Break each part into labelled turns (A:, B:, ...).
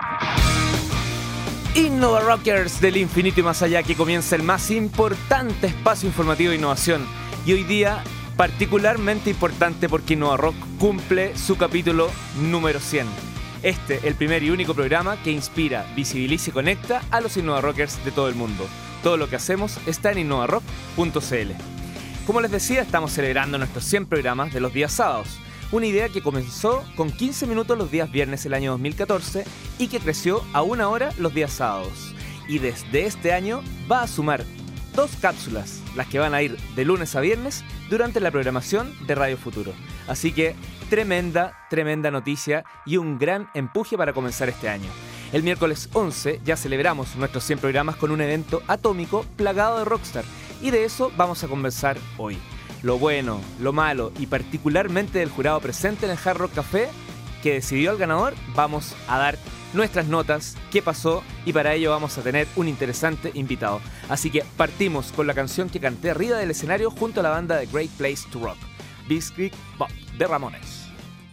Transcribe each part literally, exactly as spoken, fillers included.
A: Innova Rockers del infinito y más allá, que comienza el más importante espacio informativo de innovación. Y hoy día, particularmente importante porque Innova Rock cumple su capítulo número cien. Este, el primer y único programa que inspira, visibiliza y conecta a los Innova Rockers de todo el mundo. Todo lo que hacemos está en innova rock punto c l. Como les decía, estamos celebrando nuestros cien programas de los días sábados. Una idea que comenzó con quince minutos los días viernes el año dos mil catorce y que creció a una hora los días sábados. Y desde este año va a sumar dos cápsulas, las que van a ir de lunes a viernes durante la programación de Radio Futuro. Así que tremenda, tremenda noticia y un gran empuje para comenzar este año. El miércoles once ya celebramos nuestros cien programas con un evento atómico plagado de rockstar. Y de eso vamos a conversar hoy. Lo bueno, lo malo y particularmente del jurado presente en el Hard Rock Café que decidió al ganador, vamos a dar nuestras notas, qué pasó, y para ello vamos a tener un interesante invitado. Así que partimos con la canción que canté arriba del escenario junto a la banda de Great Place to Rock, Blitzkrieg Bop de Ramones.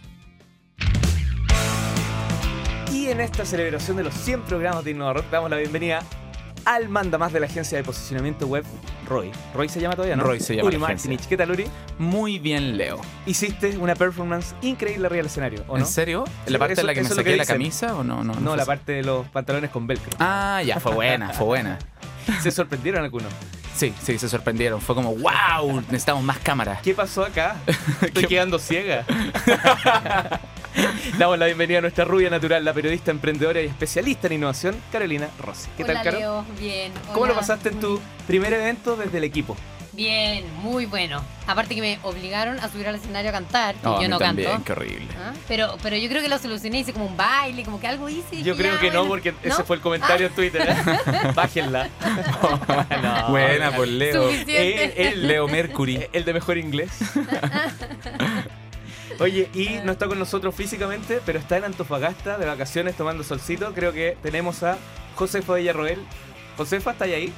A: Y en esta celebración de los cien programas de Innova Rock damos la bienvenida al mandamás de la agencia de posicionamiento web, Roy. Roy se llama todavía, ¿no?
B: Roy se llama
A: Uri
B: la agencia.
A: Martinich. ¿Qué tal, Uri?
B: Muy bien, Leo.
A: Hiciste una performance increíble arriba del escenario, ¿o no?
B: ¿En serio?
A: Sí,
B: ¿La parte
A: eso-
B: en la que me
A: eso es lo
B: saqué
A: que
B: la
A: dicen.
B: camisa o no? No,
A: No,
B: no
A: la
B: fue
A: parte de los pantalones con velcro.
B: así. Ah, ya, fue buena, fue buena.
A: ¿Se sorprendieron algunos?
B: Sí, sí, se sorprendieron. Fue como, wow, necesitamos más cámaras.
A: ¿Qué pasó acá? Estoy quedando ciega. Damos la bienvenida a nuestra rubia natural, la periodista, emprendedora y especialista en innovación, Carolina Rossi. ¿Qué
C: Hola,
A: tal, Caro?
C: Leo, bien.
A: ¿Cómo
C: Hola.
A: lo pasaste en tu primer evento desde el equipo?
C: Bien, muy bueno. Aparte que me obligaron a subir al escenario a cantar, que
B: No, a
C: yo
B: mí
C: no
B: también,
C: canto.
B: qué horrible.
C: ¿Ah? Pero, pero yo creo que lo solucioné, hice como un baile, como que algo hice. y
A: Yo
C: dije,
A: creo
C: ya,
A: que no,
C: bueno.
A: porque
C: ¿No?
A: ese fue el comentario en Twitter. ¿eh? Bájenla. No,
B: Buena,
A: oigan.
B: pues Leo.
C: Suficiente.
A: Eh, el
B: Leo Mercury.
A: El de mejor inglés. Oye, y no está con nosotros físicamente, pero está en Antofagasta de vacaciones tomando solcito. Creo que tenemos a Josefa Villarroel. Josefa, ¿está ahí?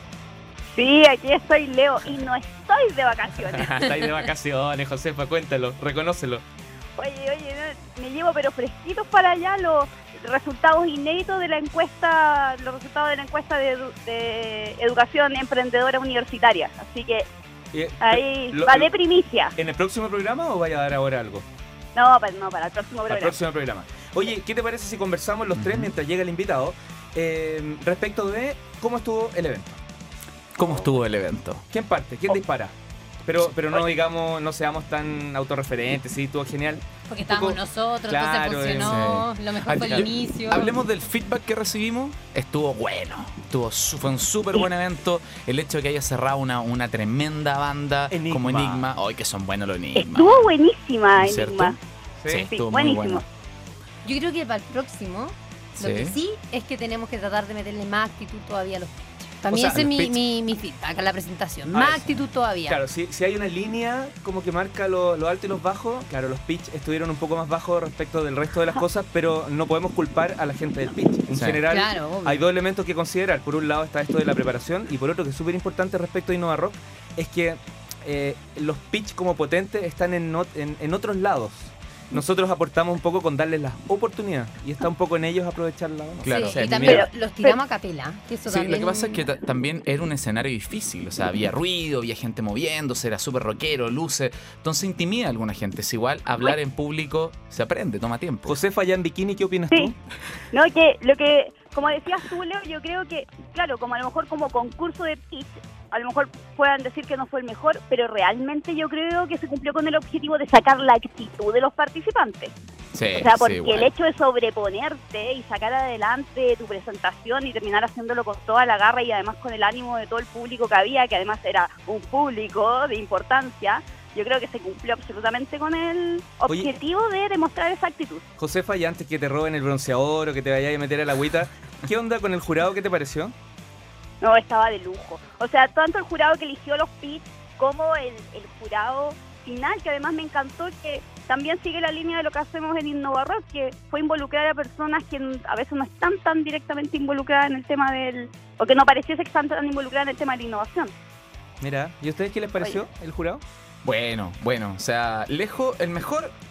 D: Sí, aquí estoy, Leo, y no estoy de vacaciones.
A: Está ahí de vacaciones, Josefa, cuéntalo, reconócelo.
D: Oye, oye, no, me llevo pero fresquitos para allá los resultados inéditos de la encuesta, los resultados de la encuesta de, edu- de educación emprendedora universitaria. Así que
A: Eh,
D: ahí
A: lo-
D: va
A: lo-
D: de primicia.
A: ¿En el próximo programa o vaya a dar ahora algo?
D: No, para, no, para el próximo
A: Al
D: programa.
A: próximo programa. Oye, ¿qué te parece si conversamos los tres
B: Ujú.
A: mientras llega el invitado eh, respecto de cómo estuvo el evento?
B: ¿Cómo estuvo el evento?
A: ¿Quién parte? ¿Quién dispara? Pero, pero no digamos, no seamos tan autorreferentes, sí, estuvo genial.
C: Porque estábamos
A: poco-
C: nosotros,
A: claro,
C: entonces funcionó.
B: sí.
C: Lo mejor fue el
B: Hable-
C: inicio.
B: Hablemos del feedback que recibimos. Estuvo bueno. Estuvo, su- fue un súper buen evento. El hecho de que haya cerrado una, una tremenda banda
A: Enigma.
B: como Enigma. ¡Ay, que son buenos los Enigma!
D: Estuvo buenísima,
B: ¿Cierto?
D: Enigma.
B: Sí,
D: Sí,
B: estuvo muy
D: buenísimo.
B: bueno.
C: Yo creo que para el próximo,
B: Sí.
C: lo que sí es que tenemos que tratar de meterle más actitud todavía a los pitch. Para
A: O
C: mí
A: sea,
C: ese es
A: los
C: mi,
A: pitch.
C: mi, mi feedback a la presentación.
A: Ah,
C: Más
A: eso.
C: actitud todavía.
A: Claro, si, si hay una línea como que marca lo, lo alto y los bajos, claro, los pitch estuvieron un poco más bajos respecto del resto de las cosas, pero no podemos culpar a la gente del pitch. En
B: Sí.
A: general,
C: Claro, obvio.
A: hay dos elementos que considerar. Por un lado está esto de la preparación y por otro, que es súper importante respecto a Innova Rock, es que eh, los pitch como potentes están en, ot- en, en otros lados. Nosotros aportamos un poco con darles la oportunidad y está un poco en ellos aprovecharla. ¿no?
B: Claro,
C: Sí,
B: o sea,
C: y también
A: mira-
C: los tiramos a capela. Que eso
B: Sí, lo
C: también-
B: que pasa es que ta- también era un escenario difícil, o sea, había ruido, había gente moviéndose, era súper rockero, luces, entonces intimida a alguna gente. Es igual, hablar en público se aprende, toma tiempo.
A: Josefa, allá en bikini, ¿qué opinas
D: Sí.
A: tú?
D: No, que lo que, como decías tú, Leo, yo creo que, claro, como a lo mejor como concurso de pitch, a lo mejor puedan decir que no fue el mejor, pero realmente yo creo que se cumplió con el objetivo de sacar la actitud de los participantes.
B: Sí,
D: O sea,
B: sí,
D: porque
B: igual.
D: el hecho de sobreponerte y sacar adelante tu presentación y terminar haciéndolo con toda la garra y además con el ánimo de todo el público que había, que además era un público de importancia, yo creo que se cumplió absolutamente con el
A: Oye.
D: objetivo de demostrar esa actitud.
A: Josefa, y antes que te roben el bronceador o que te vayas a meter a la agüita, ¿qué onda con el jurado? ¿Qué te pareció?
D: No, estaba de lujo. O sea, tanto el jurado que eligió los pitch como el, el jurado final, que además me encantó, que también sigue la línea de lo que hacemos en Innova Rock, que fue involucrar a personas que a veces no están tan directamente involucradas en el tema del... o que no pareciese que están tan involucradas en el tema de la innovación.
A: Mira, ¿y a ustedes qué les pareció el jurado?
B: Bueno, bueno, o sea, lejos, el mejor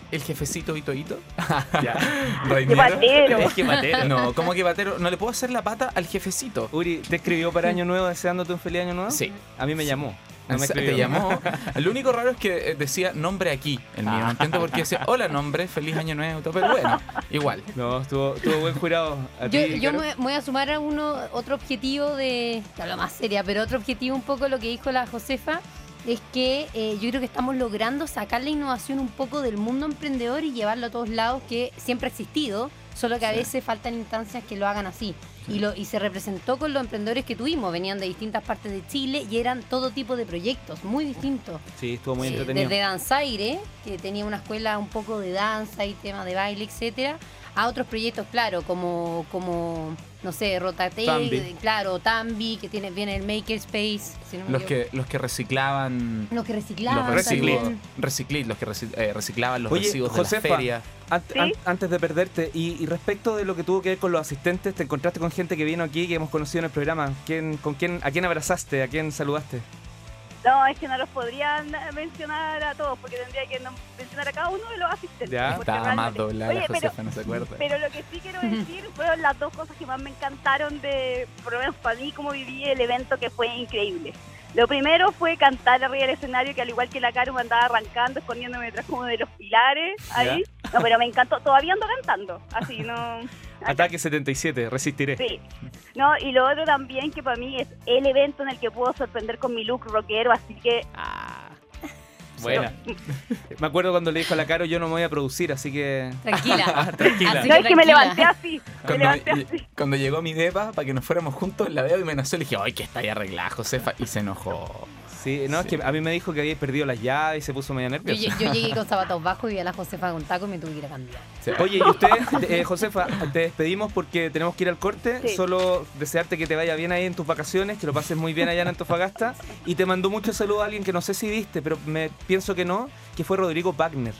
B: el jefecito Hito Hito.
A: Ya.
D: ¡Qué patero!
A: Es que matero.
B: No, ¿cómo que patero? No le puedo hacer la pata al jefecito.
A: Uri, ¿te escribió para Año Nuevo deseándote un feliz Año Nuevo?
B: Sí.
A: A mí me llamó. No me
B: Te
A: escribió.
B: llamó. Lo único raro es que decía nombre aquí, el mío. No entiendo por qué decía hola nombre, feliz año nuevo, pero bueno, igual.
A: No, estuvo, estuvo buen jurado. ¿A
C: Yo,
A: ti,
C: yo
A: Caro?
C: me voy a sumar a uno, otro objetivo de, hablo más seria, pero otro objetivo un poco lo que dijo la Josefa, es que eh, yo creo que estamos logrando sacar la innovación un poco del mundo emprendedor y llevarlo a todos lados, que siempre ha existido, solo que a
B: Sí.
C: veces faltan instancias que lo hagan así. Y, lo, y se representó con los emprendedores que tuvimos, venían de distintas partes de Chile y eran todo tipo de proyectos, muy distintos.
A: Sí, estuvo muy
C: Sí,
A: entretenido.
C: desde Danzaire, que tenía una escuela un poco de danza y temas de baile, etcétera, a otros proyectos, claro, como, como no sé, Rotate,
A: Tambi.
C: claro, Tambi, que tiene viene el Makerspace, si no me
B: Los
C: equivoco.
B: que, los que reciclaban.
C: Los que reciclaban
B: Los
A: Reciclit.
C: también.
B: Reciclit, los que reci- eh, reciclaban los
A: Oye,
B: residuos
A: Josefa,
B: de la feria.
A: Ant-
D: ¿Sí?
A: an- antes de perderte, y, y respecto de lo que tuvo que ver con los asistentes, ¿te encontraste con gente que vino aquí, que hemos conocido en el programa? ¿Quién, con quién, ¿A quién abrazaste? ¿A quién saludaste?
D: No, es que no los podrían mencionar a todos, porque tendría que nom- mencionar a cada uno de los asistentes.
A: Ya.
D: porque
B: Estaba más
D: realmente-
B: doblada la
D: Oye, pero,
B: Josefa, no se acuerda.
D: pero lo que sí quiero decir fueron las dos cosas que más me encantaron de, por lo menos para mí, como viví el evento, que fue increíble. Lo primero fue cantar arriba del escenario, que al igual que la Caro me andaba arrancando, escondiéndome detrás como de los pilares, ahí. No, pero me encantó, todavía ando cantando, así, no...
A: Ataque setenta y siete, resistiré.
D: Sí. No, y lo otro también, que para mí es el evento en el que puedo sorprender con mi look rockero, así que...
A: Ah, buena. Me acuerdo cuando le dijo a la Caro, yo no me voy a producir, así que...
C: Tranquila.
A: Tranquila.
C: Así
D: No, es que me
C: tranquila.
D: levanté así, me
B: Cuando,
D: levanté
B: me-
D: así.
B: cuando llegó mi depa para que nos fuéramos juntos, la veo y me nació y le dije, ¡ay, que está ahí arreglada, Josefa! Y se enojó.
A: Sí, no,
B: Sí.
A: es que a mí me dijo que había perdido las llaves y se puso medio
C: Yo,
A: nervioso.
C: lle- yo llegué con zapatos bajos y vi a la Josefa con taco y me tuve que ir a cambiar.
B: Sí.
A: Oye, y usted, eh, Josefa, te despedimos porque tenemos que ir al corte.
D: Sí.
A: Solo desearte que te vaya bien ahí en tus vacaciones, que lo pases muy bien allá en Antofagasta. Y te mandó mucho saludo a alguien que no sé si viste, pero me pienso que no, que fue Rodrigo Wagner.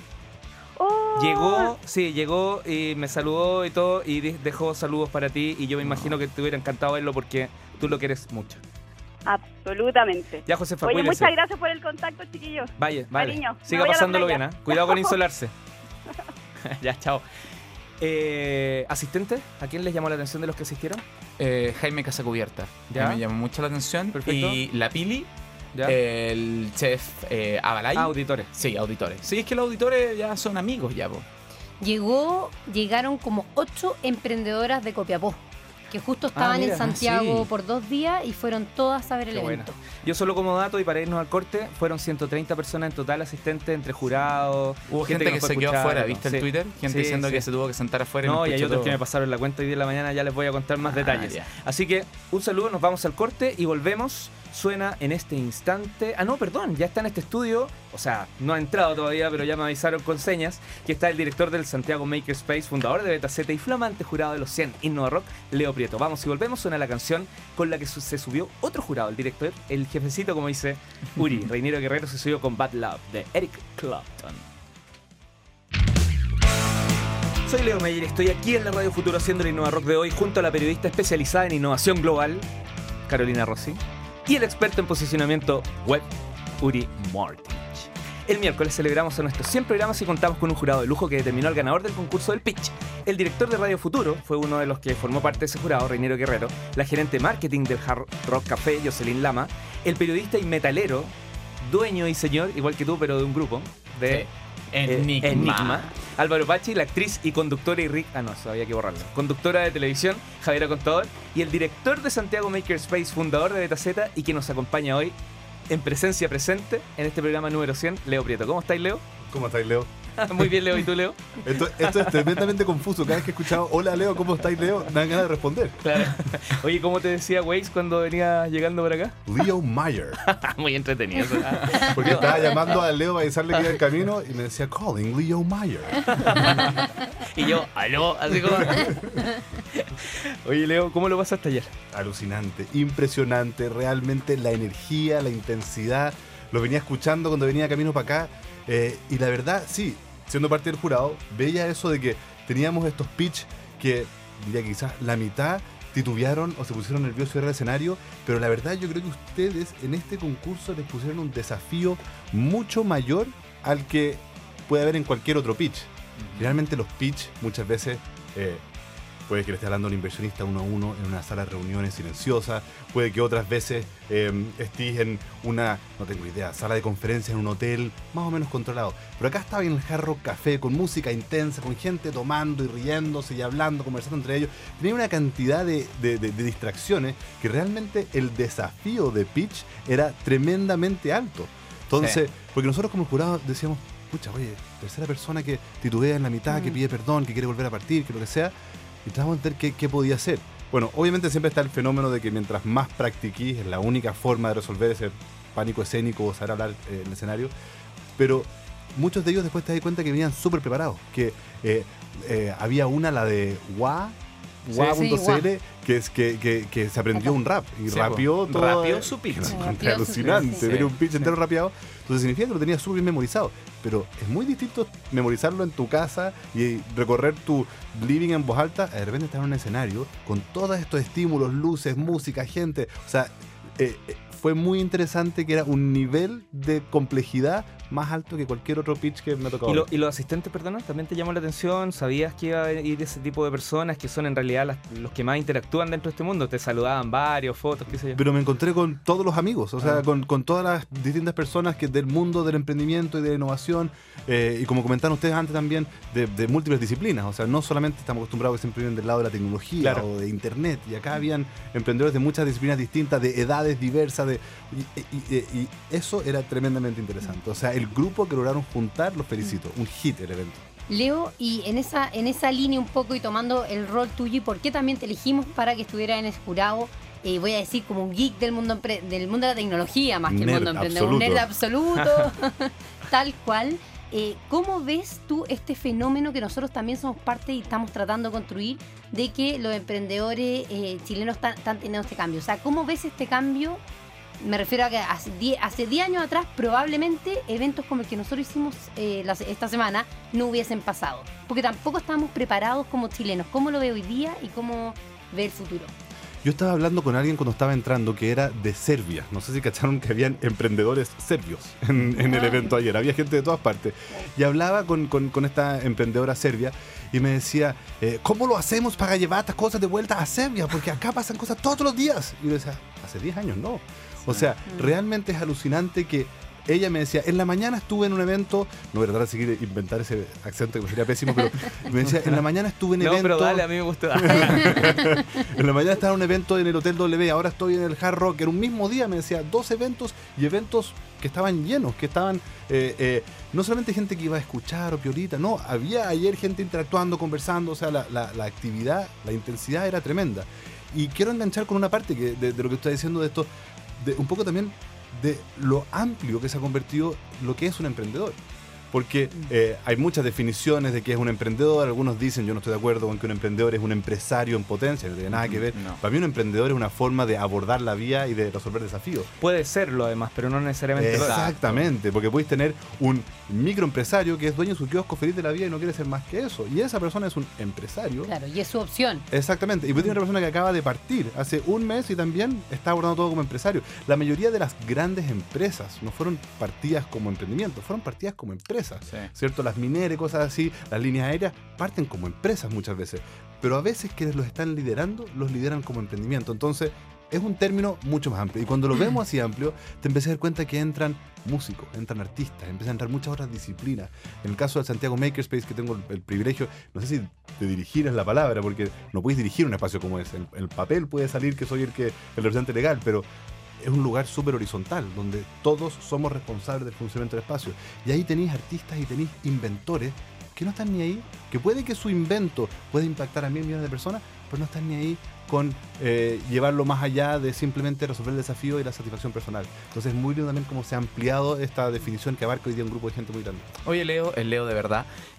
D: Oh,
A: Llegó, sí, llegó y me saludó y todo y de- dejó saludos para ti y yo me imagino que te hubiera encantado verlo porque tú lo quieres mucho.
D: absolutamente.
A: Ya, Josefa,
D: Oye,
A: cuídese.
D: muchas gracias por el contacto, chiquillos.
A: Vaya, vale.
D: Cariño,
A: Siga
D: me voy a la
A: pasándolo bien,
D: playa.
A: ¿ah? Cuidado con insolarse. Ya, chao. Eh, ¿Asistente? ¿A quién les llamó la atención de los que asistieron?
B: Eh, Jaime Casacubierta.
A: Ya.
B: Me llamó mucho la atención.
A: Perfecto.
B: Y la Pili,
A: ¿Ya?
B: el chef eh, Abalay.
A: Ah, auditores.
B: Sí, auditores. Sí, es que los auditores ya son amigos ya, po.
C: Llegó, llegaron como ocho emprendedoras de Copiapó, que justo estaban
A: mira,
C: en Santiago
B: ah, sí.
C: por dos días y fueron todas a ver el
A: Qué buena.
C: evento.
A: Yo solo como dato y para irnos al corte, fueron ciento treinta personas en total asistentes entre jurados.
B: Hubo gente, que,
A: nos fue
B: se
A: a
B: quedó
A: escuchar,
B: afuera,
A: ¿no?
B: ¿viste
A: Sí.
B: el Twitter? Gente
A: Sí,
B: diciendo
A: sí.
B: que se tuvo que sentar afuera.
A: No, y hay
B: escuchó
A: otros que
B: todo.
A: me pasaron la cuenta hoy día de la mañana, ya les voy a contar más
B: Ah,
A: detalles.
B: ya.
A: Así que un saludo, nos vamos al corte y volvemos. Suena en este instante. Ah, no, perdón, ya está en este estudio. O sea, no ha entrado todavía, pero ya me avisaron con señas que está el director del Santiago Makerspace, fundador de Betaceta y flamante jurado de los cien Innova Rock, Leo Prieto. Vamos y volvemos. Suena la canción con la que su- se subió otro jurado, el director, el jefecito, como dice Uri. Reinero Guerrero se subió con Bad Love de Eric Clapton. Soy Leo Meyer y estoy aquí en la Radio Futuro haciendo el Innova Rock de hoy junto a la periodista especializada en innovación global, Carolina Rossi, y el experto en posicionamiento web, Uri Mortich. El miércoles celebramos a nuestros cien programas y contamos con un jurado de lujo que determinó al ganador del concurso del pitch. El director de Radio Futuro fue uno de los que formó parte de ese jurado, Reinero Guerrero, la gerente marketing del Hard Rock Café, Jocelyn Lama, el periodista y metalero, dueño y señor, igual que tú, pero de un grupo, de
B: Sí.
A: eh,
B: Enigma.
A: Enigma. Álvaro Pachi, la actriz y conductora y Rick, ah no, eso había que borrarlo. Conductora de televisión, Javiera Contador, y el director de Santiago Makerspace, fundador de Betaceta y que nos acompaña hoy en presencia presente en este programa número cien, Leo Prieto. ¿Cómo estáis, Leo?
E: ¿Cómo estáis, Leo?
A: Muy bien, Leo, ¿y tú, Leo?
E: Esto, esto es tremendamente confuso. Cada vez que he escuchado, hola, Leo, ¿cómo estáis, Leo? Me dan ganas de responder.
A: Claro. Oye, ¿cómo te decía Waze cuando venía llegando por acá?
E: Leo Meyer.
A: Muy entretenido. eso.
E: Porque estaba llamando a Leo para avisarle que iba en camino y me decía, calling Leo Meyer.
A: Y yo, aló, así como... Oye, Leo, ¿cómo lo pasaste ayer?
E: Alucinante, impresionante, realmente la energía, la intensidad. Lo venía escuchando cuando venía camino para acá. eh, y la verdad, sí, siendo parte del jurado, veía eso de que teníamos estos pitch que, diría que quizás la mitad titubearon o se pusieron nerviosos en el escenario, pero la verdad yo creo que ustedes en este concurso les pusieron un desafío mucho mayor al que puede haber en cualquier otro pitch. Realmente los pitch muchas veces eh, puede que le esté hablando a un inversionista uno a uno en una sala de reuniones silenciosa, puede que otras veces eh, estés en una, no tengo idea, sala de conferencias en un hotel más o menos controlado. Pero acá estaba en el Hard Rock Café con música intensa, con gente tomando y riéndose y hablando, conversando entre ellos. Tenía una cantidad de, de, de, de distracciones que realmente el desafío de pitch era tremendamente alto. Entonces, sí. porque nosotros como jurado decíamos, pucha, oye, tercera persona que titubea en la mitad, mm. que pide perdón, que quiere volver a partir, que lo que sea, y tratamos de entender qué, qué podía hacer. Bueno, obviamente siempre está el fenómeno de que mientras más practiquís, es la única forma de resolver ese pánico escénico o saber hablar eh, en el escenario, pero muchos de ellos después te das cuenta que venían súper preparados, que eh, eh, había una, la de Wa, Wa punto c l, que, es, que, que, que se aprendió un rap y sí, rapeó todo.
B: Rapeó su pitch.
E: Encontré alucinante, sí, tenía un pitch sí. entero rapeado. Entonces significa que lo tenía súper bien memorizado. Pero es muy distinto memorizarlo en tu casa y recorrer tu living en voz alta, de repente estar en un escenario con todos estos estímulos, luces, música, gente. O sea, eh, fue muy interesante que era un nivel de complejidad más alto que cualquier otro pitch que me ha tocado.
A: ¿Y, lo, y los asistentes, perdona, también te llamó la atención? ¿Sabías que iba a ir ese tipo de personas que son en realidad las, los que más interactúan dentro de este mundo? Te saludaban varios, fotos, qué sé yo.
E: Pero me encontré con todos los amigos, o sea, ah. con, con todas las distintas personas que del mundo del emprendimiento y de la innovación, eh, y como comentaron ustedes antes también, de, de múltiples disciplinas. O sea, no solamente estamos acostumbrados a que siempre vienen del lado de la tecnología claro. o de internet, y acá habían emprendedores de muchas disciplinas distintas, de edades diversas, de, y, y, y, y eso era tremendamente interesante. O sea, el grupo que lograron juntar, los felicito. Un hit el evento.
C: Leo, y en esa, en esa línea un poco y tomando el rol tuyo, ¿y por qué también te elegimos para que estuviera en el jurado? Eh, voy a decir como un geek del mundo del mundo de la tecnología, más que el mundo emprendedor, un nerd absoluto, tal cual. Eh, ¿Cómo ves tú este fenómeno que nosotros también somos parte y estamos tratando de construir, de que los emprendedores eh, chilenos están, están teniendo este cambio? O sea, ¿cómo ves este cambio? Me refiero a que hace diez años atrás probablemente eventos como el que nosotros hicimos eh, la, esta semana no hubiesen pasado, porque tampoco estábamos preparados como chilenos. ¿Cómo lo ve hoy día y cómo ve el futuro?
E: Yo estaba hablando con alguien cuando estaba entrando que era de Serbia. No sé si cacharon que habían emprendedores serbios en, en el evento ayer. Había gente de todas partes. Y hablaba con, con, con esta emprendedora serbia y me decía, eh, ¿cómo lo hacemos para llevar estas cosas de vuelta a Serbia? Porque acá pasan cosas todos los días. Y yo decía, hace diez años no. O sea, realmente es alucinante que ella me decía, en la mañana estuve en un evento, no voy a tratar de seguir inventar ese acento que sería pésimo, pero me decía, en la mañana estuve en
A: no,
E: evento...
A: No, pero dale, a mí me gusta.
E: En la mañana estaba en un evento en el Hotel W, ahora estoy en el Hard Rock, en un mismo día, me decía, dos eventos y eventos que estaban llenos, que estaban... Eh, eh, no solamente gente que iba a escuchar o piolita, no, había ayer gente interactuando, conversando, o sea, la, la, la actividad, la intensidad era tremenda. Y quiero enganchar con una parte que, de, de lo que está diciendo de esto, de un poco también de lo amplio que se ha convertido lo que es un emprendedor. Porque eh, hay muchas definiciones de qué es un emprendedor. Algunos dicen, yo no estoy de acuerdo con que un emprendedor es un empresario en potencia, no tiene nada que ver. No. Para mí un emprendedor es una forma de abordar la vida y de resolver desafíos.
A: Puede serlo además, pero no necesariamente.
E: Exactamente, porque puedes tener un microempresario que es dueño de su kiosco feliz de la vida y no quiere ser más que eso. Y esa persona es un empresario.
C: Claro, y es su opción.
E: Exactamente. Y puede tener una persona que acaba de partir hace un mes y también está abordando todo como empresario. La mayoría de las grandes empresas no fueron partidas como emprendimiento, fueron partidas como empresas. Sí. ¿Cierto? Las mineras y cosas así, las líneas aéreas parten como empresas muchas veces, pero a veces quienes los están liderando los lideran como emprendimiento. Entonces es un término mucho más amplio, y cuando lo vemos así amplio te empiezas a dar cuenta que entran músicos, entran artistas, empiezan a entrar muchas otras disciplinas. En el caso del Santiago Makerspace, que tengo el, el privilegio, no sé si de dirigir es la palabra, porque no puedes dirigir un espacio como ese. El, el papel puede salir que soy el que el representante legal, pero es un lugar súper horizontal, donde todos somos responsables del funcionamiento del espacio. Y ahí tenéis artistas y tenéis inventores que no están ni ahí, que puede que su invento pueda impactar a mil millones de personas, pero no están ni ahí con eh, llevarlo más allá de simplemente resolver el desafío y la satisfacción personal. Entonces es muy lindo también cómo se ha ampliado esta definición que abarca hoy día un grupo de gente muy grande.
B: Oye, Leo, el Leo de verdad,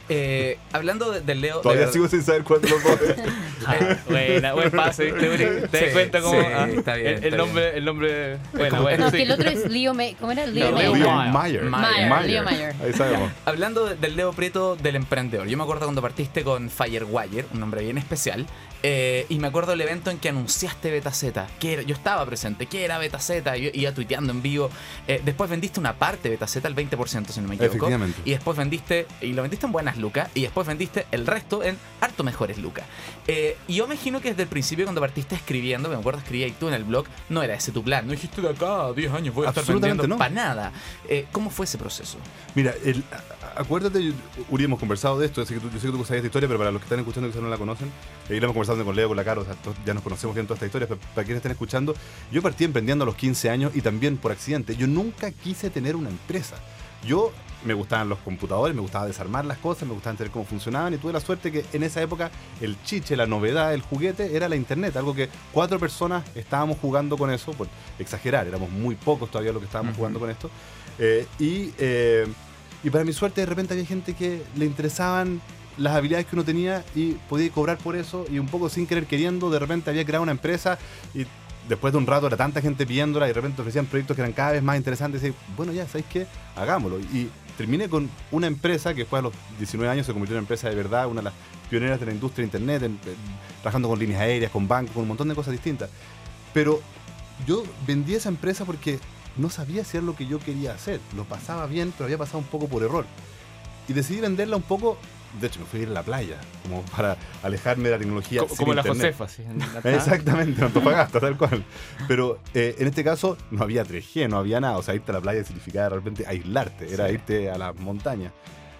B: Eh, hablando de- del Leo... de
E: Todavía
B: verdad-
E: sigo sin saber cuándo lo puedo.
A: Ah, buena, buen pase, ¿viste, Uri? ¿Te das
B: Sí,
A: cuenta cómo
B: sí,
A: ah,
B: está bien,
A: el,
B: está
A: el nombre, el nombre, bueno,
B: como-
A: bueno,
C: No,
A: sí.
C: que el otro es Leo May. ¿Cómo era? Leo
A: No,
C: May.
A: Leo
E: Leo
A: Mayer.
E: Mayer.
B: Mayer,
C: Leo Mayer.
E: Ahí sabemos.
B: Hablando de- del Leo Prieto del emprendedor, yo me acuerdo cuando partiste con Firewire, un nombre bien especial, eh, y me acuerdo del evento en que anunciaste BetaZ, que era- yo estaba presente, que era BetaZ, y yo iba tuiteando en vivo. Eh, después vendiste una parte de BetaZ, el veinte por ciento si no me equivoco.
E: Efectivamente.
B: Y después vendiste, y lo vendiste en buenas lucas, y después vendiste el resto en harto mejores lucas. Eh, y yo me imagino que desde el principio cuando partiste escribiendo, me acuerdo escribías tú en el blog, no era ese tu plan, no dijiste de acá a diez años voy a estar
E: Absolutamente
B: vendiendo
E: no.
B: para nada. Eh, ¿Cómo fue ese proceso?
E: Mira, el, a- acuérdate, Uri, hemos conversado de esto, yo sé, que tú, yo sé que tú sabes esta historia, pero para los que están escuchando y quizás no la conocen, eh, y lo hemos conversado con Leo, con la Caro, o sea, to- ya nos conocemos bien toda esta historia, pero para quienes estén escuchando, yo partí emprendiendo a los quince años y también por accidente. Yo nunca quise tener una empresa. Yo me gustaban los computadores, me gustaba desarmar las cosas, me gustaba entender cómo funcionaban y tuve la suerte que en esa época el chiche, la novedad, el juguete era la internet, algo que cuatro personas estábamos jugando con eso, por exagerar, éramos muy pocos todavía los que estábamos
B: Ujú.
E: jugando con esto. Eh, y, eh, y para mi suerte de repente había gente que le interesaban las habilidades que uno tenía y podía cobrar por eso y un poco sin querer queriendo de repente había creado una empresa y después de un rato era tanta gente pidiéndola y de repente ofrecían proyectos que eran cada vez más interesantes y bueno ya, ¿sabéis qué? Hagámoslo. Y terminé con una empresa que después a los diecinueve años se convirtió en una empresa de verdad, una de las pioneras de la industria de internet, en- en- trabajando con líneas aéreas, con bancos, con un montón de cosas distintas. Pero yo vendí esa empresa porque no sabía si era lo que yo quería hacer. Lo pasaba bien, pero había pasado un poco por error. Y decidí venderla un poco. De hecho, me fui a ir a la playa, como para alejarme de la tecnología.
A: Co-
E: sin
A: como la
E: internet.
A: Josefa, sí.
E: Exactamente, en Antofagasta, tal cual. Pero eh, en este caso no había tres G, no había nada. O sea, irte a la playa significaba realmente aislarte, era
B: Sí.
E: irte a las montañas.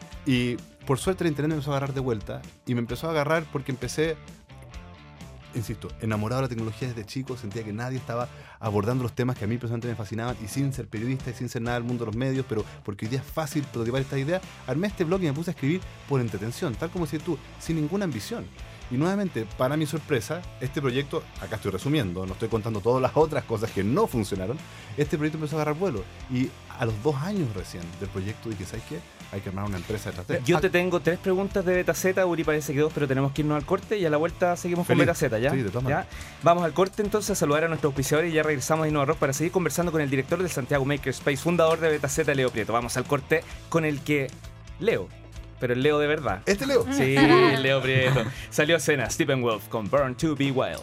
E: Y por suerte el internet me empezó a agarrar de vuelta y me empezó a agarrar porque empecé, insisto, enamorado de la tecnología desde chico, sentía que nadie estaba abordando los temas que a mí personalmente me fascinaban y sin ser periodista y sin ser nada del mundo de los medios, pero porque hoy día es fácil prototipar esta idea, armé este blog y me puse a escribir por entretención, tal como decís tú, sin ninguna ambición. Y nuevamente, para mi sorpresa, este proyecto, acá estoy resumiendo, no estoy contando todas las otras cosas que no funcionaron, este proyecto empezó a agarrar vuelo. Y a los dos años recién del proyecto dije, ¿sabes qué? Hay que armar una empresa detrás de esto.
A: Yo te tengo tres preguntas de BetaZ, Uri parece que dos, pero tenemos que irnos al corte y a la vuelta seguimos
E: Feliz.
A: con BetaZ, ¿ya?
E: Sí, de todas
A: ¿Ya?
E: maneras.
A: Vamos al corte entonces a saludar a nuestros auspiciadores y ya regresamos a Innova Rock para seguir conversando con el director del Santiago Makerspace, fundador de BetaZ, Leo Prieto. Vamos al corte con el que Leo, pero el Leo de verdad.
E: Este Leo.
A: Sí, Leo Prieto. Salió a escena Stephen Wolf con Burn to Be Wild.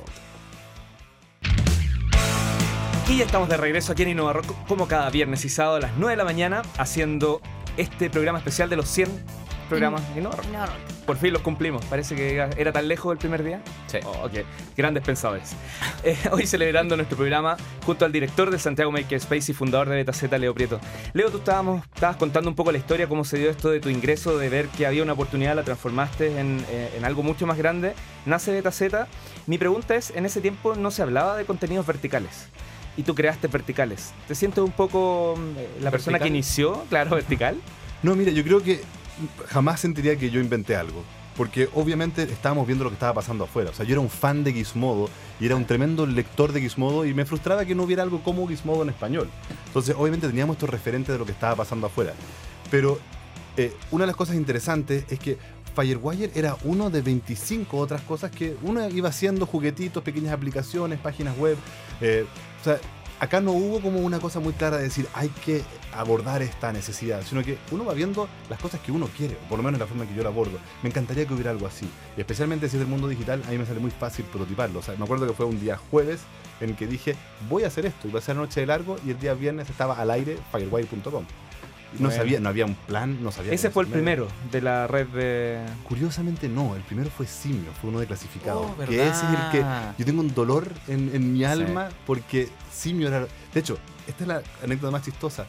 A: Y ya estamos de regreso aquí en Innova Rock, como cada viernes y sábado a las nueve de la mañana, haciendo este programa especial de los cien programas de Innova Rock.
C: No,
A: Por fin los cumplimos. Parece que era tan lejos el primer día.
B: Sí.
A: Oh, ok, grandes pensadores. Eh, hoy celebrando nuestro programa junto al director del Santiago Makerspace y fundador de BetaZ, Leo Prieto. Leo, tú estábamos, estabas contando un poco la historia, cómo se dio esto de tu ingreso, de ver que había una oportunidad, la transformaste en, eh, en algo mucho más grande. Nace BetaZ. Mi pregunta es, en ese tiempo no se hablaba de contenidos verticales. Y tú creaste verticales. ¿Te sientes un poco eh, la persona que
B: ¿Vertical?
A: inició, claro, vertical?
E: No, mira, yo creo que jamás sentiría que yo inventé algo. Porque obviamente estábamos viendo lo que estaba pasando afuera. O sea, yo era un fan de Gizmodo y era un tremendo lector de Gizmodo y me frustraba que no hubiera algo como Gizmodo en español. Entonces, obviamente teníamos estos referentes de lo que estaba pasando afuera. Pero eh, una de las cosas interesantes es que Firewire era uno de veinticinco otras cosas que uno iba haciendo, juguetitos, pequeñas aplicaciones, páginas web. Eh, o sea, acá no hubo como una cosa muy clara de decir hay que abordar esta necesidad, sino que uno va viendo las cosas que uno quiere, o por lo menos en la forma en que yo la abordo. Me encantaría que hubiera algo así. Y especialmente si es del mundo digital, a mí me sale muy fácil prototiparlo. O sea, me acuerdo que fue un día jueves en que dije, voy a hacer esto, y va a ser noche de largo, y el día viernes estaba al aire firewire punto com. No
A: Bueno.
E: sabía, no había un plan, no sabía.
A: Ese
E: cómo
A: fue el
E: hacer medio.
A: primero de la red de...
E: Curiosamente no, el primero fue Simio, fue uno de clasificado.
B: Oh,
E: que ese es el que
B: ¿verdad?
E: yo tengo un dolor en, en mi
B: Sí.
E: alma porque Simio era... De hecho, esta es la anécdota más chistosa.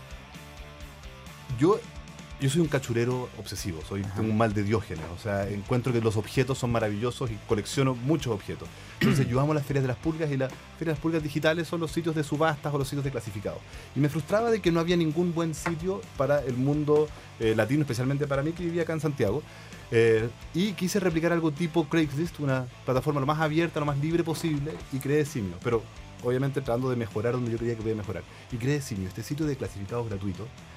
E: Yo, yo soy un cachurero obsesivo, soy, tengo un mal de Diógenes, o sea, encuentro que los objetos son maravillosos y colecciono muchos objetos. Entonces yo amo las ferias de las pulgas y las ferias de las pulgas digitales son los sitios de subastas o los sitios de clasificados. Y me frustraba de que no había ningún buen sitio para el mundo eh, latino, especialmente para mí que vivía acá en Santiago. Eh, y quise replicar algo tipo Craigslist, una plataforma lo más abierta, lo más libre posible, y creé Simio. Pero obviamente tratando de mejorar donde yo creía que podía mejorar. Y creé Simio, este sitio de clasificados gratuito.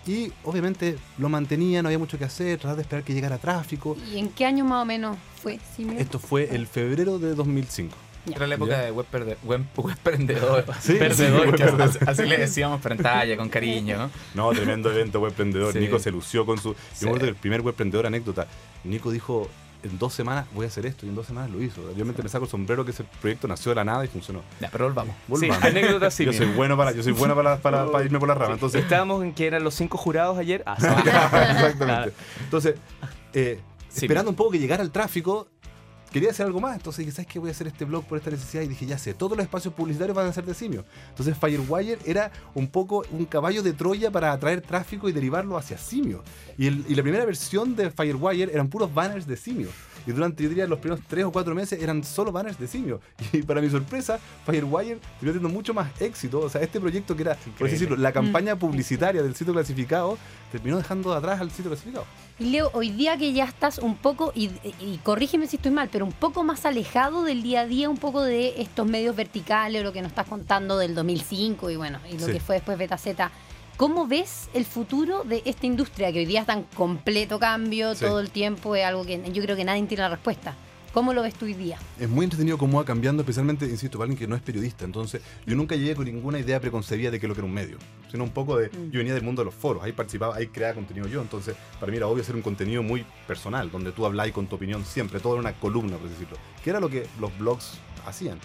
E: y obviamente lo mantenía, no había mucho que hacer, tratar de esperar que llegara tráfico.
C: ¿Y en qué año más o menos fue? Simio?
E: Esto fue el febrero de dos mil cinco.
B: Era la época
E: Ya.
B: de web, perde, web, web prendedor.
E: Sí,
B: Perdedor,
E: sí,
B: que
E: web
B: así, así le decíamos pantalla, con cariño, ¿no?
E: No, tremendo evento webprendedor.
B: Sí.
E: Nico se lució con su... Yo
B: Sí.
E: me acuerdo que el primer webprendedor, anécdota, Nico dijo, en dos semanas voy a hacer esto, y en dos semanas lo hizo. Obviamente me saco el sombrero que ese proyecto nació de la nada y funcionó.
B: Ya, pero volvamos.
A: Sí,
E: Volvamos.
A: anécdota sí.
E: Yo soy bueno para, yo soy bueno para, para, para irme por la rama. Entonces,
A: Estábamos en que eran los cinco jurados ayer. Ah, sí.
E: exactamente. Entonces, eh,
B: Sí,
E: esperando un poco que llegara el tráfico, quería hacer algo más. Entonces dije, ¿sabes qué? Voy a hacer este blog por esta necesidad. Y dije, ya sé, todos los espacios publicitarios van a ser de Simio. Entonces Firewire era un poco un caballo de Troya para atraer tráfico y derivarlo hacia Simio. Y, el- y la primera versión de Firewire eran puros banners de Simio. Y durante, yo diría, los primeros tres o cuatro meses eran solo banners de Simio. Y para mi sorpresa, Firewire terminó teniendo mucho más éxito. O sea, este proyecto que era, por así decirlo, la campaña publicitaria del sitio clasificado, terminó dejando de atrás al sitio clasificado.
C: Y Leo, hoy día que ya estás un poco, y, y corrígeme si estoy mal, pero un poco más alejado del día a día, un poco de estos medios verticales, o lo que nos estás contando del dos mil cinco y bueno, y lo
E: Sí.
C: que fue después Betaceta. ¿Cómo ves el futuro de esta industria que hoy día está en completo cambio
E: Sí.
C: todo el tiempo? Es algo que yo creo que nadie tiene la respuesta. ¿Cómo lo ves tú hoy día?
E: Es muy entretenido cómo va cambiando, especialmente, insisto, para alguien que no es periodista. Entonces, yo nunca llegué con ninguna idea preconcebida de qué es lo que era un medio, sino un poco de...
C: Mm.
E: Yo venía del mundo de los foros, ahí participaba, ahí creaba contenido yo. Entonces, para mí era obvio hacer un contenido muy personal, donde tú habláis con tu opinión siempre, todo era una columna, por así decirlo, que era lo que los blogs hacían.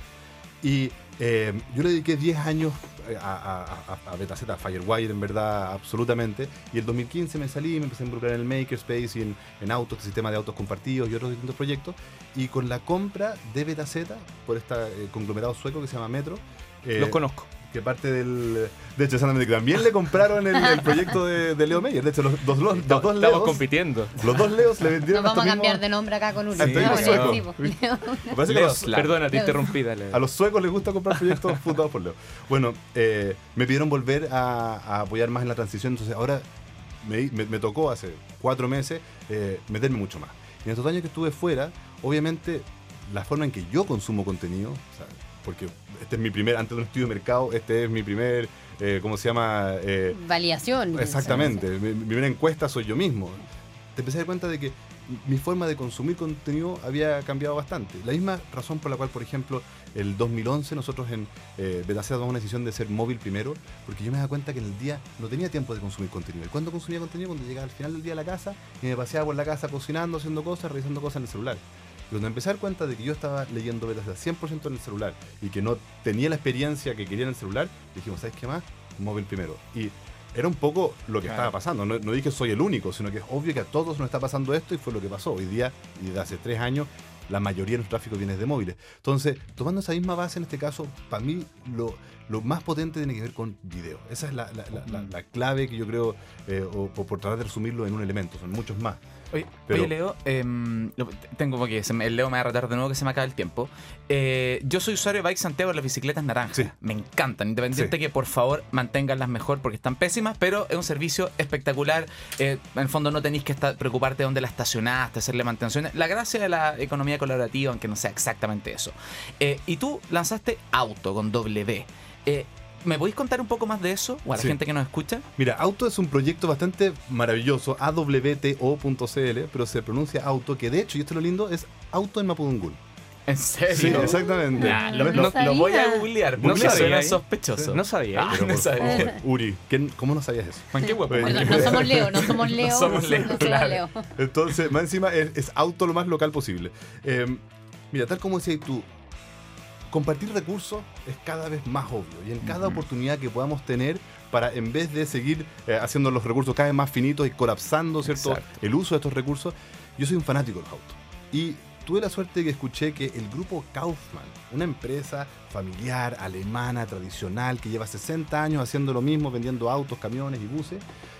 E: Y eh, yo le dediqué diez años a, a, a, a Betaceta, a Firewire, en verdad, absolutamente. Y el dos mil quince me salí, me empecé a involucrar en el Makerspace y en, en autos, este sistema de autos compartidos y otros distintos proyectos. Y con la compra de Betaceta por este conglomerado sueco que se llama Metro, eh,
A: Los conozco.
E: que parte del... De hecho, exactamente, que también le compraron el, el proyecto de, de Leo Meyer. De hecho, los, dos- los, los dos
A: Estamos
E: Leos...
A: compitiendo.
E: Los dos Leos le vendieron
C: Nos vamos a
E: estos
C: cambiar
E: mismos-
C: de nombre acá con uno.
E: a estos
A: mismos
C: Bueno,
E: suecos.
C: sí, pues. Leo.
E: Me parece que
B: Leos,
E: los-
A: Perdona, te
C: Leo.
A: interrumpí, dale.
E: A los suecos les gusta comprar proyectos fundados por Leo. Bueno, eh, me pidieron volver a, a apoyar más en la transición, entonces ahora me, me- me tocó hace cuatro meses eh, meterme mucho más. Y en estos años que estuve fuera, obviamente la forma en que yo consumo contenido, o sea, porque este es mi primer, antes de un estudio de mercado, este es mi primer, eh, ¿cómo se llama? Eh,
C: Validación.
E: Exactamente, mi, mi primera encuesta soy yo mismo. Te empecé a dar cuenta de que mi forma de consumir contenido había cambiado bastante. La misma razón por la cual, por ejemplo, el dos mil once nosotros en eh, Betaceta tomamos una decisión de ser móvil primero, porque yo me daba cuenta que en el día no tenía tiempo de consumir contenido. ¿Y cuándo consumía contenido? Cuando llegaba al final del día a la casa y me paseaba por la casa cocinando, haciendo cosas, revisando cosas en el celular. Y cuando empecé a dar cuenta de que yo estaba leyendo Betaceta cien por ciento en el celular y que no tenía la experiencia que quería en el celular, dijimos, ¿sabes qué más? Móvil primero. Y era un poco lo que
B: Claro.
E: estaba pasando. No, no dije soy el único, sino que es obvio que a todos nos está pasando esto y fue lo que pasó. Hoy día, y desde hace tres años, la mayoría de nuestro tráfico viene de móviles. Entonces, tomando esa misma base en este caso, para mí lo, lo más potente tiene que ver con video. Esa es la, la- la- la- la clave que yo creo, eh, o, o por tratar de resumirlo en un elemento, son muchos más.
B: Oye,
E: Pero-
B: oye, Leo, em, lo- tengo porque se me- el Leo me va a retar de nuevo que se me acaba el tiempo. Eh, yo soy usuario de Bike Santiago de las bicicletas naranjas.
E: Sí.
B: Me encantan, independiente
E: Sí.
B: que por favor manténganlas mejor porque están pésimas, pero es un servicio espectacular. Eh, en el fondo no tenéis que estar, preocuparte de dónde la estacionaste, hacerle mantención. La gracia de la economía colaborativa, aunque no sea exactamente eso. Eh, y tú lanzaste Auto con W. Eh, ¿Me podéis contar un poco más de eso? O a la
E: Sí.
B: gente que nos escucha.
E: Mira, Auto es un proyecto bastante maravilloso, A W T O punto C L, pero se pronuncia Auto, que de hecho, y esto es lo lindo, es Auto en Mapudungún.
B: ¿En serio?
E: Sí, exactamente.
B: Ya, lo,
C: No
B: lo-
C: sabía.
B: lo voy a googlear porque
E: Googlealo.
B: suena
A: Sí.
B: sospechoso.
A: No sabía.
B: Ah,
E: Pero
B: no
E: por
B: sabía.
E: favor, Uri, ¿quién- ¿cómo no sabías eso?
B: Man, qué guapo.
E: Bueno,
C: Perdón, no somos Leo, no somos Leo.
B: No somos Leo,
C: no
B: claro.
C: Leo.
E: Entonces, más encima es, es auto lo más local posible. Eh, mira, tal como decías tú, compartir recursos es cada vez más obvio. Y en cada
B: Ujú.
E: oportunidad que podamos tener para, en vez de seguir eh, haciendo los recursos cada vez más finitos y colapsando, ¿cierto?,
B: Exacto.
E: el uso de estos recursos, yo soy un fanático de los autos. Y tuve la suerte de que escuché que el grupo Kaufmann, una empresa familiar, alemana, tradicional, que lleva sesenta años haciendo lo mismo, vendiendo autos, camiones y buses,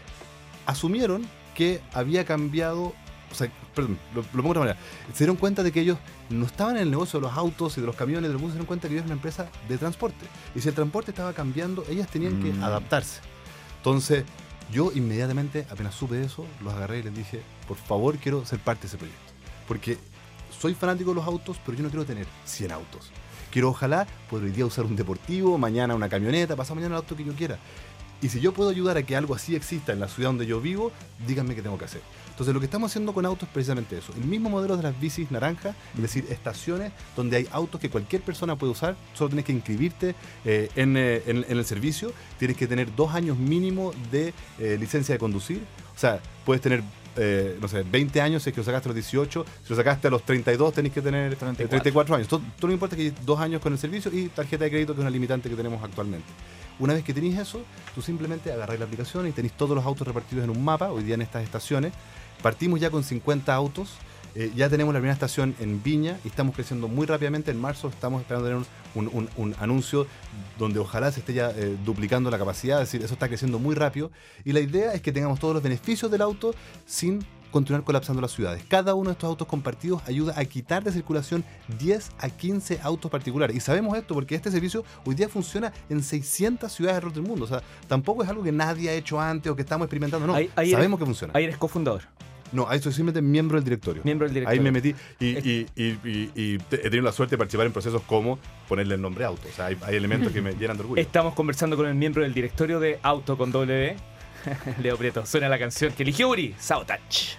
E: asumieron que había cambiado, o sea, perdón, lo, lo pongo de otra manera, se dieron cuenta de que ellos no estaban en el negocio de los autos y de los camiones, de los buses, se dieron cuenta que ellos eran una empresa de transporte. Y si el transporte estaba cambiando, ellas tenían que
B: Mm.
E: adaptarse. Entonces, yo inmediatamente, apenas supe eso, los agarré y les dije, por favor, quiero ser parte de ese proyecto. Porque soy fanático de los autos, pero yo no quiero tener cien autos. Quiero, ojalá, poder hoy día usar un deportivo, mañana una camioneta, pasado mañana el auto que yo quiera. Y si yo puedo ayudar a que algo así exista en la ciudad donde yo vivo, díganme qué tengo que hacer. Entonces lo que estamos haciendo con autos es precisamente eso. El mismo modelo de las bicis naranja, es decir, estaciones donde hay autos que cualquier persona puede usar, solo tienes que inscribirte eh, en, eh, en, en el servicio, tienes que tener dos años mínimo de eh, licencia de conducir, o sea, puedes tener, eh, no sé, veinte años si es que lo sacaste a los dieciocho, si lo sacaste a los treinta y dos tenés que tener
B: treinta y cuatro.
E: treinta y cuatro años. Todo, todo no importa que hay dos años con el servicio y tarjeta de crédito, que es una limitante que tenemos actualmente. Una vez que tenéis eso, tú simplemente agarráis la aplicación y tenéis todos los autos repartidos en un mapa, hoy día en estas estaciones. Partimos ya con cincuenta autos, eh, ya tenemos la primera estación en Viña y estamos creciendo muy rápidamente. En marzo estamos esperando tener un, un, un anuncio donde ojalá se esté ya eh, duplicando la capacidad, es decir, eso está creciendo muy rápido. Y la idea es que tengamos todos los beneficios del auto sin continuar colapsando las ciudades. Cada uno de estos autos compartidos ayuda a quitar de circulación diez a quince autos particulares. Y sabemos esto porque este servicio hoy día funciona en seiscientas ciudades alrededor del mundo. O sea, tampoco es algo que nadie ha hecho antes o que estamos experimentando. No,
A: Ahí- ahí
E: sabemos
A: eres-
E: que funciona.
A: Ahí eres cofundador.
E: No, ahí soy simplemente miembro del directorio.
A: Miembro del directorio.
E: Ahí me metí y, y- y- y- y te- he tenido la suerte de participar en procesos como ponerle el nombre auto. O sea, hay, hay elementos que me llenan de orgullo.
A: Estamos conversando con el miembro del directorio de Auto con W, Leo Prieto. Suena la canción que eligió Uri, Sabotage.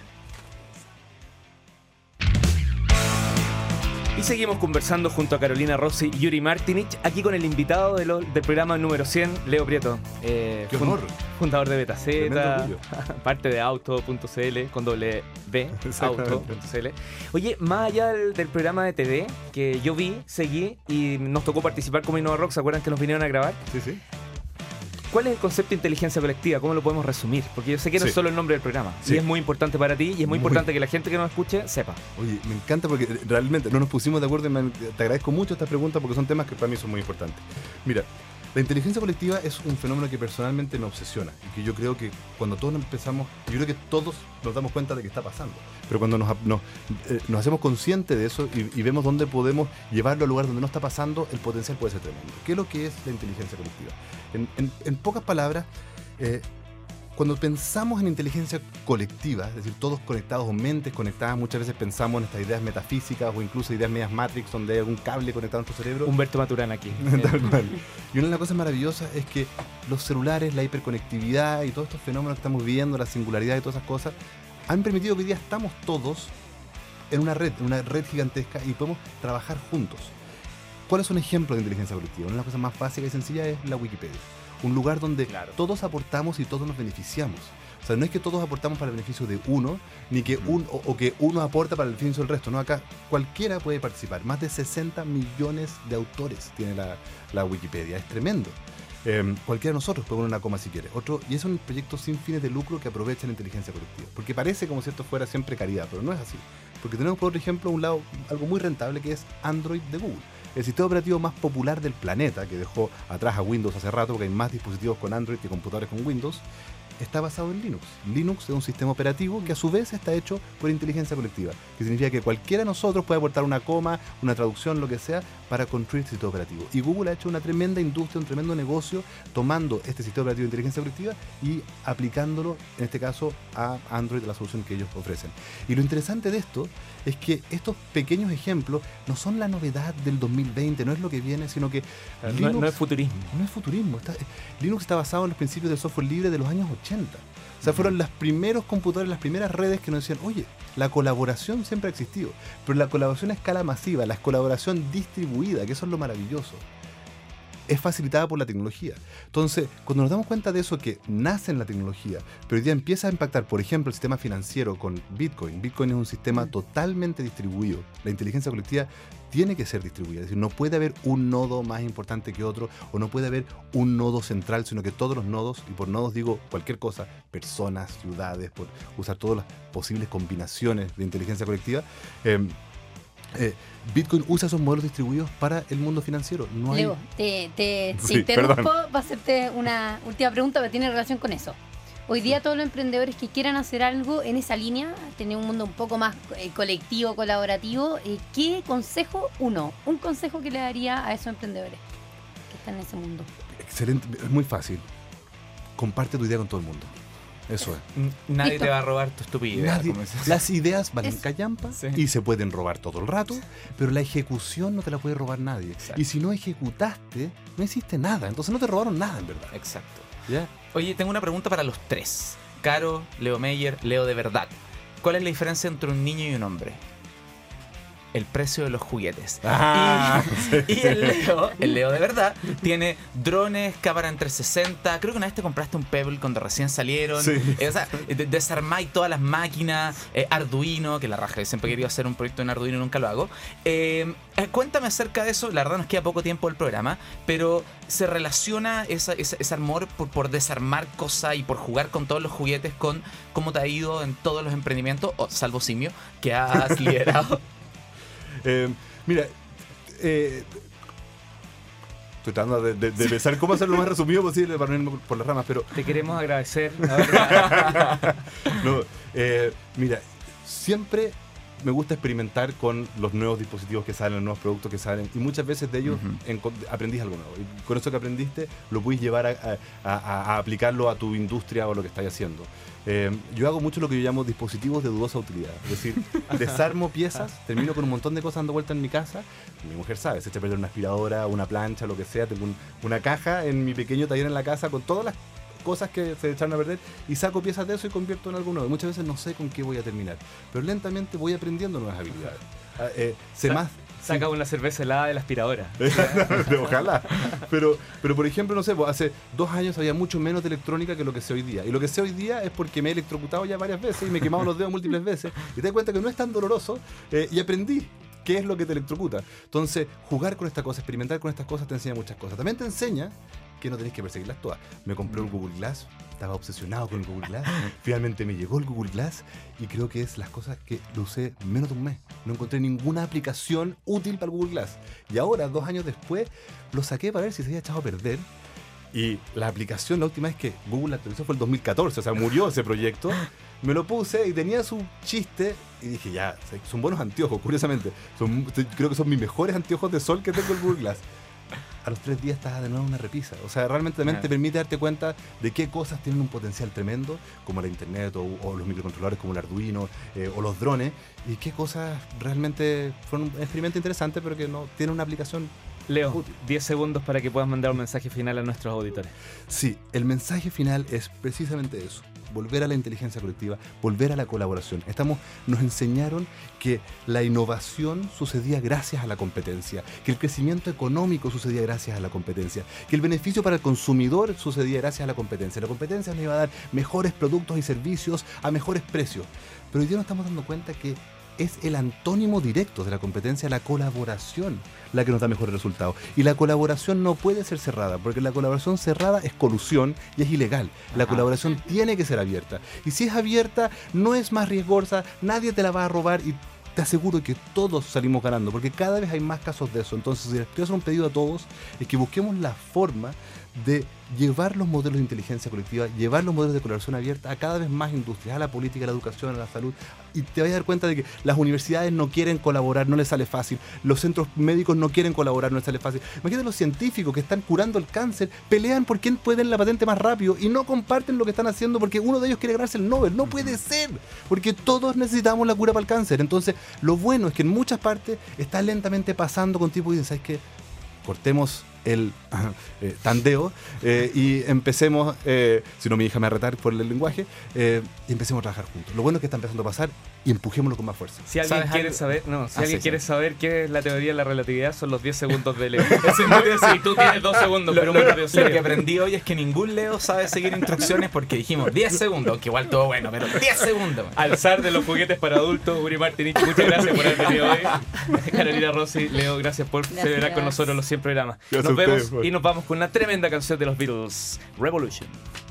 A: Y seguimos conversando junto a Carolina Rossi y Yuri Martinich, aquí con el invitado de lo- del programa número cien, Leo Prieto. Eh,
E: ¡Qué
A: fun-
E: honor!
A: Fundador de
E: Tremendo
A: Betaceta,
E: orgullo.
A: parte de auto punto c l, con doble B,
E: Exactamente.
A: auto punto c l. Oye, más allá del, del programa de T V, que yo vi, seguí, y nos tocó participar como Innova Rock, ¿se acuerdan que nos vinieron a grabar?
E: Sí, sí.
A: ¿Cuál es el concepto de inteligencia colectiva? ¿Cómo lo podemos resumir? Porque yo sé que no
E: Sí.
A: es solo el nombre del programa.
E: Sí.
A: Y es muy importante para ti y es muy,
E: Muy.
A: importante que la gente que nos escuche sepa.
E: Oye, me encanta porque realmente no nos pusimos de acuerdo y me- te agradezco mucho esta pregunta porque son temas que para mí son muy importantes. Mira, la inteligencia colectiva es un fenómeno que personalmente me obsesiona y que yo creo que cuando todos empezamos, yo creo que todos nos damos cuenta de que está pasando, pero cuando nos, nos, eh, nos hacemos conscientes de eso y, y vemos dónde podemos llevarlo al lugar donde no está pasando, el potencial puede ser tremendo. ¿Qué es lo que es la inteligencia colectiva? En, en- en pocas palabras, eh, cuando pensamos en inteligencia colectiva, es decir, todos conectados o mentes conectadas, muchas veces pensamos en estas ideas metafísicas o incluso ideas medias Matrix donde hay algún cable conectado a nuestro cerebro.
A: Humberto Maturana aquí.
E: Tal cual. Y una de las cosas maravillosas es que los celulares, la hiperconectividad y todos estos fenómenos que estamos viviendo, la singularidad y todas esas cosas, han permitido que hoy día estamos todos en una red, en una red gigantesca y podemos trabajar juntos. ¿Cuál es un ejemplo de inteligencia colectiva? Una de las cosas más básicas y sencillas es la Wikipedia. Un lugar donde
A: Claro.
E: todos aportamos y todos nos beneficiamos. O sea, no es que todos aportamos para el beneficio de uno, ni que un, o, o que uno aporta para el beneficio del resto. No, acá cualquiera puede participar. Más de sesenta millones de autores tiene la, la Wikipedia. Es tremendo. Eh, cualquiera de nosotros puede poner una coma si quiere. Otro, y es un proyecto sin fines de lucro que aprovecha la inteligencia colectiva. Porque parece como si esto fuera siempre caridad, pero no es así. Porque tenemos, por otro ejemplo, un lado algo muy rentable que es Android de Google. El sistema operativo más popular del planeta, que dejó atrás a Windows hace rato, porque hay más dispositivos con Android que computadores con Windows, está basado en Linux. Linux es un sistema operativo que a su vez está hecho por inteligencia colectiva, que significa que cualquiera de nosotros puede aportar una coma, una traducción, lo que sea, para construir este sistema operativo. Y Google ha hecho una tremenda industria, un tremendo negocio, tomando este sistema operativo de inteligencia colectiva y aplicándolo, en este caso, a Android, la solución que ellos ofrecen. Y lo interesante de esto es que estos pequeños ejemplos no son la novedad del dos mil veinte, no es lo que viene, sino que
A: No,
E: Linux-
A: no es futurismo.
E: no es futurismo. Está, Linux está basado en los principios del software libre de los años ochenta. O sea, fueron los primeros computadores, las primeras redes que nos decían, oye, la colaboración siempre ha existido, pero la colaboración a escala masiva, la colaboración distribuida, que eso es lo maravilloso, es facilitada por la tecnología. Entonces, cuando nos damos cuenta de eso, que nace en la tecnología, pero hoy día empieza a impactar, por ejemplo, el sistema financiero con Bitcoin. Bitcoin es un sistema totalmente distribuido. La inteligencia colectiva tiene que ser distribuida. Es decir, no puede haber un nodo más importante que otro, o no puede haber un nodo central, sino que todos los nodos, y por nodos digo cualquier cosa, personas, ciudades, por usar todas las posibles combinaciones de inteligencia colectiva, eh, eh, Bitcoin usa esos modelos distribuidos para el mundo financiero. No hay...
C: Leo, te, te, te
E: Sí,
C: interrumpo
E: perdón.
C: para hacerte una última pregunta, pero tiene relación con eso. Hoy día todos los emprendedores que quieran hacer algo en esa línea, tener un mundo un poco más eh, colectivo, colaborativo, eh, ¿qué consejo, uno, un consejo que le daría a esos emprendedores que están en ese mundo?
E: Excelente, es muy fácil. Comparte tu idea con todo el mundo. Eso es.
A: N- Nadie
C: Listo.
A: te va a robar tu estupidez.
E: Nadie-
A: como dices.
E: las ideas valen
C: Eso.
E: callampa
A: Sí.
E: y se pueden robar todo el rato, pero la ejecución no te la puede robar nadie.
A: Exacto.
E: Y si no ejecutaste, no hiciste nada. Entonces no te robaron nada, en verdad.
A: Exacto.
E: ¿Ya?
B: Oye, tengo una pregunta para los tres. Caro, Leo Meyer, Leo de verdad. ¿Cuál es la diferencia entre un niño y un hombre? El precio de los juguetes.
E: Ah,
B: y, y el Leo, el Leo de verdad, tiene drones, cámara en trescientos sesenta. Creo que una vez te compraste un Pebble cuando recién salieron.
E: Sí.
B: Eh, o sea, de- desarmáis todas las máquinas. eh, Arduino, que la raja. Yo siempre he querido hacer un proyecto en Arduino y nunca lo hago. Eh, eh, cuéntame acerca de eso. La verdad nos queda poco tiempo del programa, pero se relaciona esa, esa- ese amor por, por desarmar cosas y por jugar con todos los juguetes con cómo te ha ido en todos los emprendimientos, o salvo Simio, que has liderado.
E: Eh, mira, eh, estoy tratando de, de- de pensar cómo hacerlo lo más resumido posible para no irme por, por las ramas, pero
A: Te queremos agradecer. la verdad.
E: no, eh, mira, siempre me gusta experimentar con los nuevos dispositivos que salen, los nuevos productos que salen, y muchas veces de ellos
B: Ujú.
E: enco- aprendís algo nuevo. Y con eso que aprendiste, lo puedes llevar a, a- a- a aplicarlo a tu industria o lo que estás haciendo. Eh, yo hago mucho lo que yo llamo dispositivos de dudosa utilidad. Es decir, desarmo piezas, termino con un montón de cosas dando vuelta en mi casa. Mi mujer sabe, se echa a perder una aspiradora, una plancha, lo que sea. Tengo un- una caja en mi pequeño taller en la casa con todas las cosas que se echaron a perder y saco piezas de eso y convierto en algo nuevo. Muchas veces no sé con qué voy a terminar, pero lentamente voy aprendiendo nuevas habilidades. Ah, eh, sé
A: Sa-
E: más.
A: Saca una cerveza helada de la aspiradora.
E: Ojalá. Pero, pero por ejemplo, no sé, pues, hace dos años había mucho menos de electrónica que lo que sé hoy día. Y lo que sé hoy día es porque me he electrocutado ya varias veces y me he quemado los dedos múltiples veces. Y te das cuenta que no es tan doloroso eh, y aprendí qué es lo que te electrocuta. Entonces, jugar con estas cosas, experimentar con estas cosas te enseña muchas cosas. También te enseña que no tenés que perseguirlas todas. Me compré un Google Glass, estaba obsesionado con el Google Glass. Finalmente me llegó el Google Glass y creo que es las cosas que lo usé menos de un mes. No encontré ninguna aplicación útil para el Google Glass. Y ahora, dos años después, lo saqué para ver si se había echado a perder. Y la aplicación, la última vez que Google la actualizó fue el dos mil catorce, o sea, murió ese proyecto. Me lo puse y tenía su chiste y dije, ya, son buenos anteojos, curiosamente. Son, creo que son mis mejores anteojos de sol que tengo el Google Glass. A los tres días estaba de nuevo en una repisa. O sea, realmente también
A: Ah.
E: te permite darte cuenta de qué cosas tienen un potencial tremendo, como la internet o, o los microcontroladores como el Arduino eh, o los drones, y qué cosas realmente fueron un experimento interesante, pero que no tienen una aplicación.
A: Leo,
E: Útil.
A: diez segundos para que puedas mandar un mensaje final a nuestros auditores.
E: Sí, el mensaje final es precisamente eso. Volver a la inteligencia colectiva, volver a la colaboración. Estamos, nos enseñaron que la innovación sucedía gracias a la competencia, que el crecimiento económico sucedía gracias a la competencia, que el beneficio para el consumidor sucedía gracias a la competencia. La competencia nos iba a dar mejores productos y servicios a mejores precios. Pero hoy día nos estamos dando cuenta que es el antónimo directo de la competencia, la colaboración, la que nos da mejores resultados. Y la colaboración no puede ser cerrada, porque la colaboración cerrada es colusión y es ilegal. La
B: Ajá.
E: colaboración tiene que ser abierta. Y si es abierta, no es más riesgosa, nadie te la va a robar y te aseguro que todos salimos ganando, porque cada vez hay más casos de eso. Entonces, si les quiero hacer un pedido a todos, es que busquemos la forma de llevar los modelos de inteligencia colectiva, llevar los modelos de colaboración abierta a cada vez más industrias, a la política, a la educación, a la salud, y te vas a dar cuenta de que las universidades no quieren colaborar, no les sale fácil, los centros médicos no quieren colaborar, no les sale fácil. Imagínate los científicos que están curando el cáncer, pelean por quién puede la patente más rápido y no comparten lo que están haciendo porque uno de ellos quiere ganarse el Nobel. No puede ser, porque todos necesitamos la cura para el cáncer. Entonces, lo bueno es que en muchas partes está lentamente pasando con tipo de, ¿sabes qué? Cortemos el eh, tandeo eh, y empecemos, eh, si no mi hija me va a retar por el lenguaje, eh, y empecemos a trabajar juntos. Lo bueno es que está empezando a pasar y empujémoslo con más fuerza.
A: Si alguien
B: ¿Sabes
A: quiere
B: algo?
A: saber, no, si
B: Ah,
A: alguien
B: sí,
A: quiere
B: sí.
A: saber qué es la teoría de la relatividad, son los diez segundos de Leo. Si tú tienes dos segundos,
B: Lo,
A: pero
B: lo-
A: muy rápido,
B: lo que
A: serio.
B: aprendí hoy es que ningún Leo sabe seguir instrucciones porque dijimos diez segundos, que igual todo bueno, pero diez segundos.
A: Alzar de los juguetes para adultos, Uri Martinich, muchas gracias por haber venido hoy. Carolina Rossi, Leo, gracias por
C: Gracias.
A: celebrar con nosotros los cien programas.
E: Gracias
A: Nos
E: a
A: vemos
E: ustedes, por-
A: y nos vamos con una tremenda canción de los Beatles, Revolution.